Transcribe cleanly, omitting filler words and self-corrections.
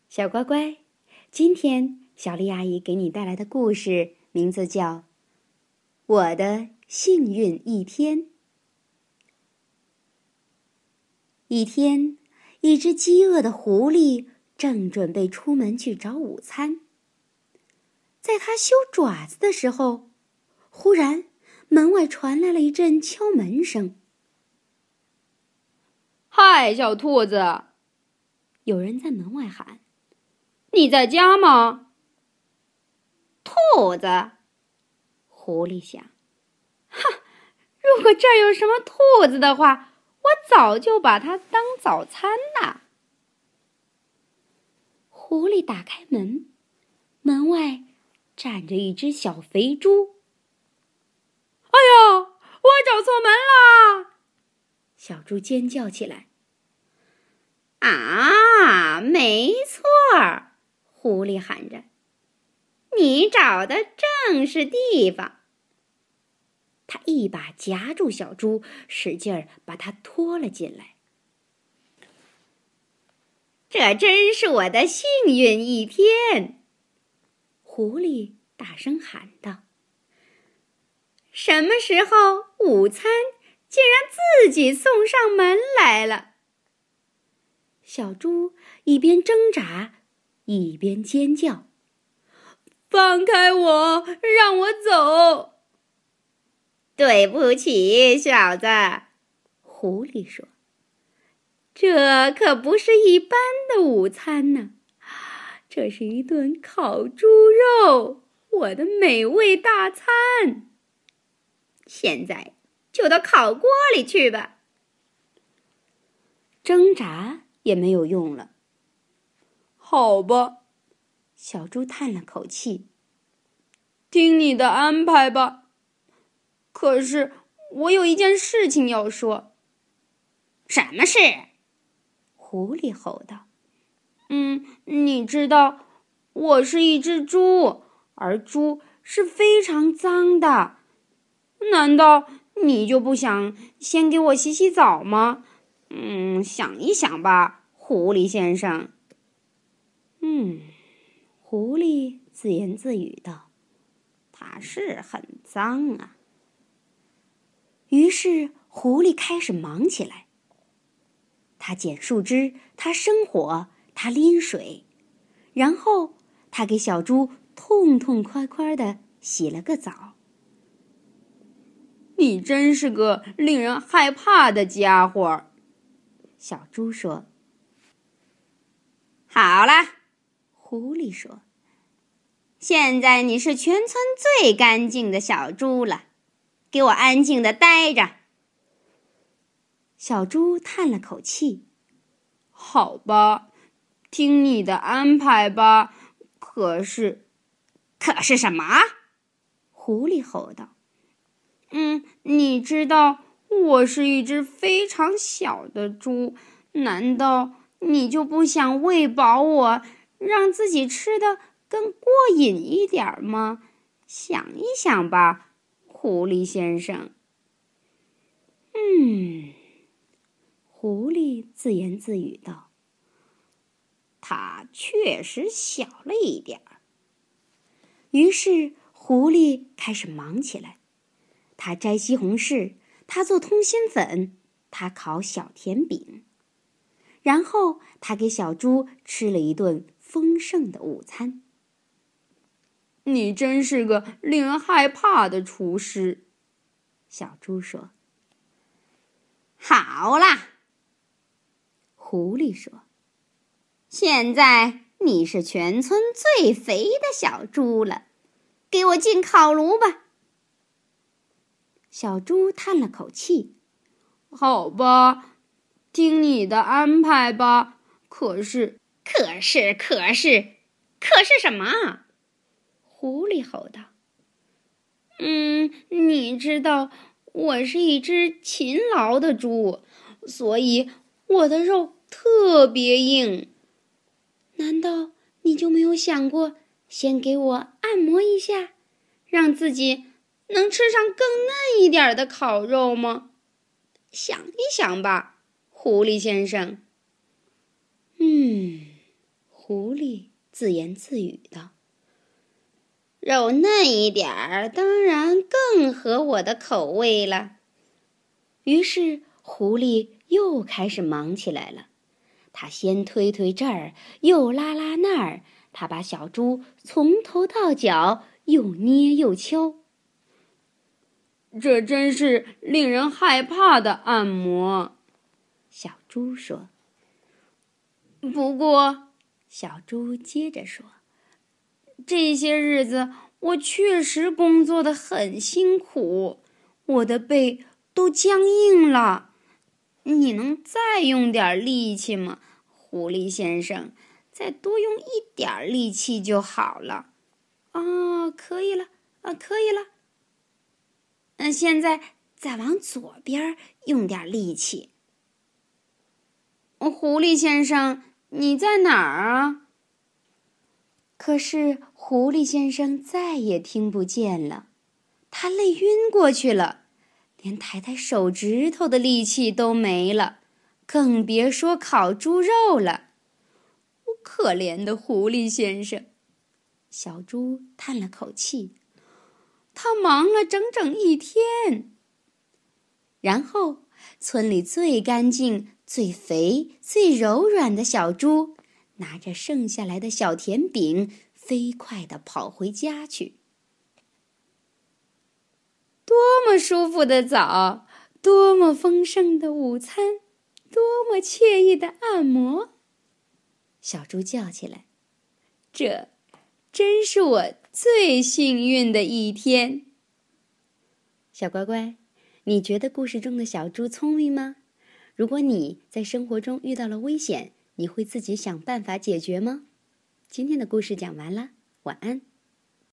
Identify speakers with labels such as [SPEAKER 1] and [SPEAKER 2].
[SPEAKER 1] 小乖乖，今天小丽阿姨给你带来的故事名字叫《我的幸运一天》。一天，一只饥饿的狐狸正准备出门去找午餐。在它修爪子的时候，忽然门外传来了一阵敲门声。
[SPEAKER 2] 嗨，小兔子！
[SPEAKER 1] 有人在门外喊：“
[SPEAKER 2] 你在家吗？”
[SPEAKER 1] 兔子，狐狸想，如果这儿有什么兔子的话，我早就把它当早餐了。狐狸打开门，门外站着一只小肥猪。
[SPEAKER 2] 哎呀，我找错门啦！
[SPEAKER 1] 小猪尖叫起来。啊，没错儿，狐狸喊着，你找的正是地方。他一把夹住小猪，使劲儿把它拖了进来。这真是我的幸运一天！狐狸大声喊道。什么时候午餐竟然自己送上门来了？小猪一边挣扎，一边尖叫：“
[SPEAKER 2] 放开我，让我走！”
[SPEAKER 1] 对不起，小子，狐狸说，这可不是一般的午餐呢，这是一顿烤猪肉，我的美味大餐。现在就到烤锅里去吧。挣扎也没有用了。
[SPEAKER 2] 好吧，
[SPEAKER 1] 小猪叹了口气，
[SPEAKER 2] 听你的安排吧。可是我有一件事情要说。
[SPEAKER 1] 什么事？狐狸吼道。
[SPEAKER 2] 你知道，我是一只猪，而猪是非常脏的。难道你就不想先给我洗洗澡吗？想一想吧，狐狸先生。
[SPEAKER 1] 狐狸自言自语道，它是很脏啊。于是狐狸开始忙起来。他捡树枝，他生火，他拎水，然后他给小猪痛痛快快地洗了个澡。
[SPEAKER 2] 你真是个令人害怕的家伙，
[SPEAKER 1] 小猪说。好了，狐狸说，现在你是全村最干净的小猪了，给我安静地待着。小猪叹了口气，
[SPEAKER 2] 好吧，听你的安排吧。可是
[SPEAKER 1] 什么？狐狸吼道。
[SPEAKER 2] 你知道我是一只非常小的猪，难道你就不想喂饱我，让自己吃得更过瘾一点吗？想一想吧，狐狸先生。
[SPEAKER 1] 狐狸自言自语道，它确实小了一点儿。于是狐狸开始忙起来。他摘西红柿，他做通心粉，他烤小甜饼，然后他给小猪吃了一顿丰盛的午餐。
[SPEAKER 2] 你真是个令人害怕的厨师，
[SPEAKER 1] 小猪说。好啦，狐狸说，现在你是全村最肥的小猪了，给我进烤炉吧。小猪叹了口气，
[SPEAKER 2] 好吧，听你的安排吧。可是
[SPEAKER 1] 什么？狐狸吼道。你知道，我是一只勤劳的猪，所以我的肉特别硬。难道你就没有想过，先给我按摩一下，让自己能吃上更嫩一点的烤肉吗？想一想吧，狐狸先生。狐狸自言自语道：“
[SPEAKER 2] 肉嫩一点儿，当然更合我的口味了。”
[SPEAKER 1] 于是狐狸又开始忙起来了。他先推推这儿，又拉拉那儿，他把小猪从头到脚又捏又敲。
[SPEAKER 2] 这真是令人害怕的按摩，
[SPEAKER 1] 小猪说。
[SPEAKER 2] 不过，
[SPEAKER 1] 小猪接着说，
[SPEAKER 2] 这些日子我确实工作得很辛苦，我的背都僵硬了。你能再用点力气吗，狐狸先生？再多用一点力气就好了。
[SPEAKER 1] 可以了，可以了。
[SPEAKER 2] 现在再往左边用点力气。狐狸先生，你在哪儿啊？
[SPEAKER 1] 可是狐狸先生再也听不见了，他累晕过去了，连抬抬手指头的力气都没了，更别说烤猪肉了。可怜的狐狸先生，小猪叹了口气。他忙了整整一天。然后，村里最干净、最肥、最柔软的小猪，拿着剩下来的小甜饼，飞快地跑回家去。多么舒服的澡，多么丰盛的午餐，多么惬意的按摩！小猪叫起来：“这真是我最幸运的一天！”小乖乖，你觉得故事中的小猪聪明吗？如果你在生活中遇到了危险，你会自己想办法解决吗？今天的故事讲完了，晚安。